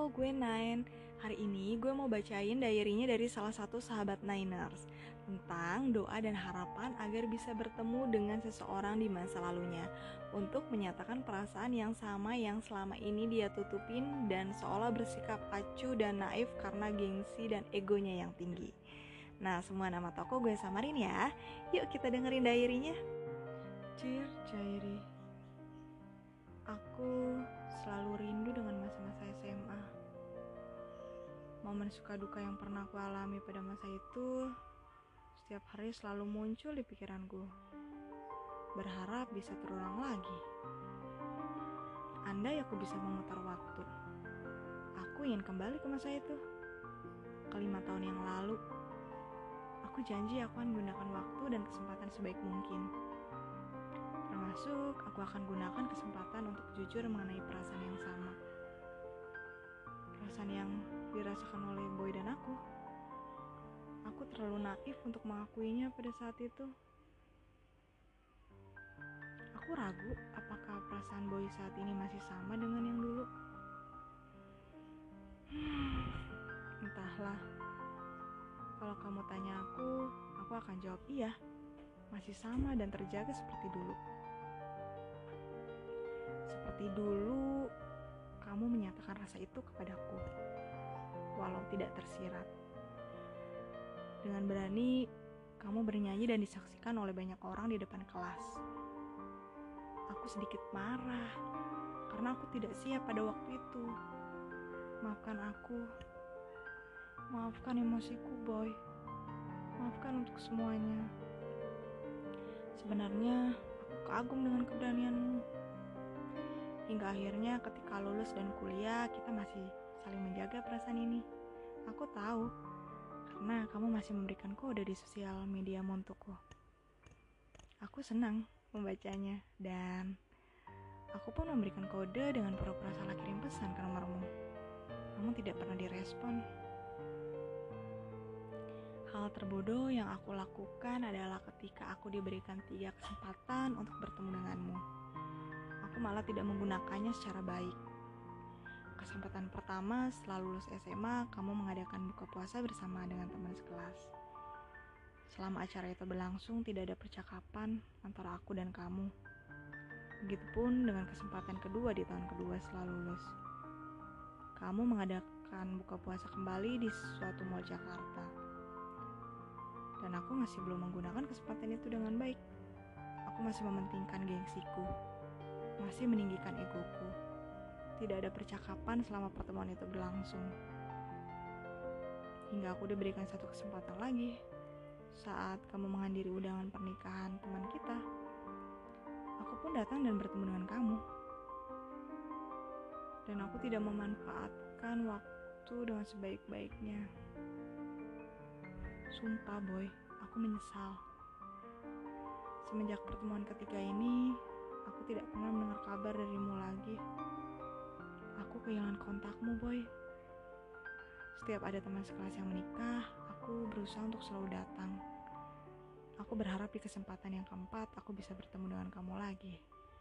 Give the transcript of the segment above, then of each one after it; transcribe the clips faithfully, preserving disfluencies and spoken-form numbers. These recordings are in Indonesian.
Halo, gue Nine. Hari ini gue mau bacain diary-nya dari salah satu sahabat Niners tentang doa dan harapan agar bisa bertemu dengan seseorang di masa lalunya untuk menyatakan perasaan yang sama yang selama ini dia tutupin dan seolah bersikap acuh dan naif karena gengsi dan egonya yang tinggi. Nah, semua nama toko gue samarin ya. Yuk kita dengerin diary-nya. Dear Diary, aku selalu rindu dengan masa-masa S M A. Momen suka duka yang pernah aku alami pada masa itu setiap hari selalu muncul di pikiranku. Berharap bisa terulang lagi. Andai aku bisa memutar waktu, aku ingin kembali ke masa itu, ke lima tahun yang lalu. Aku janji aku akan gunakan waktu dan kesempatan sebaik mungkin. Termasuk aku akan gunakan kesempatan untuk jujur mengenai perasaan yang sama. Perasaan yang dirasakan oleh Boy dan aku. Aku terlalu naif untuk mengakuinya pada saat itu. Aku ragu apakah perasaan Boy saat ini masih sama dengan yang dulu. Hmm, entahlah. Kalau kamu tanya aku, aku akan jawab iya. Masih sama dan terjaga seperti dulu. Seperti dulu, kamu menyatakan rasa itu kepadaku, walau tidak tersirat. Dengan berani, kamu bernyanyi dan disaksikan oleh banyak orang di depan kelas. Aku sedikit marah, karena aku tidak siap pada waktu itu. Maafkan aku. Maafkan emosiku, Boy. Maafkan untuk semuanya. Sebenarnya, aku kagum dengan keberanianmu. Hingga akhirnya ketika lulus dan kuliah, kita masih saling menjaga perasaan ini. Aku tahu, karena kamu masih memberikan kode di sosial mediamu untukku. Aku senang membacanya, dan aku pun memberikan kode dengan pura-pura salah kirim pesan ke nomormu. Namun tidak pernah direspon. Hal terbodoh yang aku lakukan adalah ketika aku diberikan tiga kesempatan untuk bertemu denganmu. Aku malah tidak menggunakannya secara baik. Kesempatan pertama setelah lulus S M A, kamu mengadakan buka puasa bersama dengan teman sekelas. Selama acara itu berlangsung, tidak ada percakapan antara aku dan kamu. Begitupun dengan kesempatan kedua di tahun kedua setelah lulus. Kamu mengadakan buka puasa kembali di suatu mall Jakarta. Dan aku masih belum menggunakan kesempatan itu dengan baik. Aku masih mementingkan gengsiku. Masih meninggikan egoku. Tidak ada percakapan selama pertemuan itu berlangsung. Hingga aku diberikan satu kesempatan lagi saat kamu menghadiri undangan pernikahan teman kita. Aku pun datang dan bertemu dengan kamu. Dan aku tidak memanfaatkan waktu dengan sebaik-baiknya. Sumpah, Boy, aku menyesal. Semenjak pertemuan ketiga ini, aku tidak pernah mendengar kabar darimu lagi. Aku kehilangan kontakmu, Boy. Setiap ada teman sekelas yang menikah, aku berusaha untuk selalu datang. Aku berharap di kesempatan yang keempat, aku bisa bertemu dengan kamu lagi.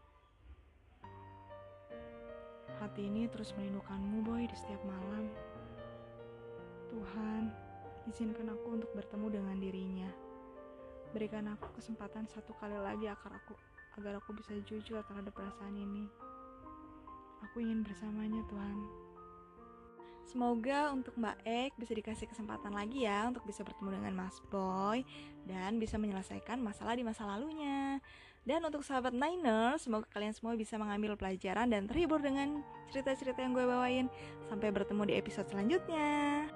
Hati ini terus merindukanmu, Boy, di setiap malam. Tuhan, izinkan aku untuk bertemu dengan dirinya. Berikan aku kesempatan satu kali lagi agar aku agar aku bisa jujur terhadap perasaan ini. Aku ingin bersamanya, Tuhan. Semoga untuk Mbak Ek bisa dikasih kesempatan lagi ya untuk bisa bertemu dengan Mas Boy dan bisa menyelesaikan masalah di masa lalunya. Dan untuk sahabat Niners, semoga kalian semua bisa mengambil pelajaran dan terhibur dengan cerita-cerita yang gue bawain. Sampai bertemu di episode selanjutnya.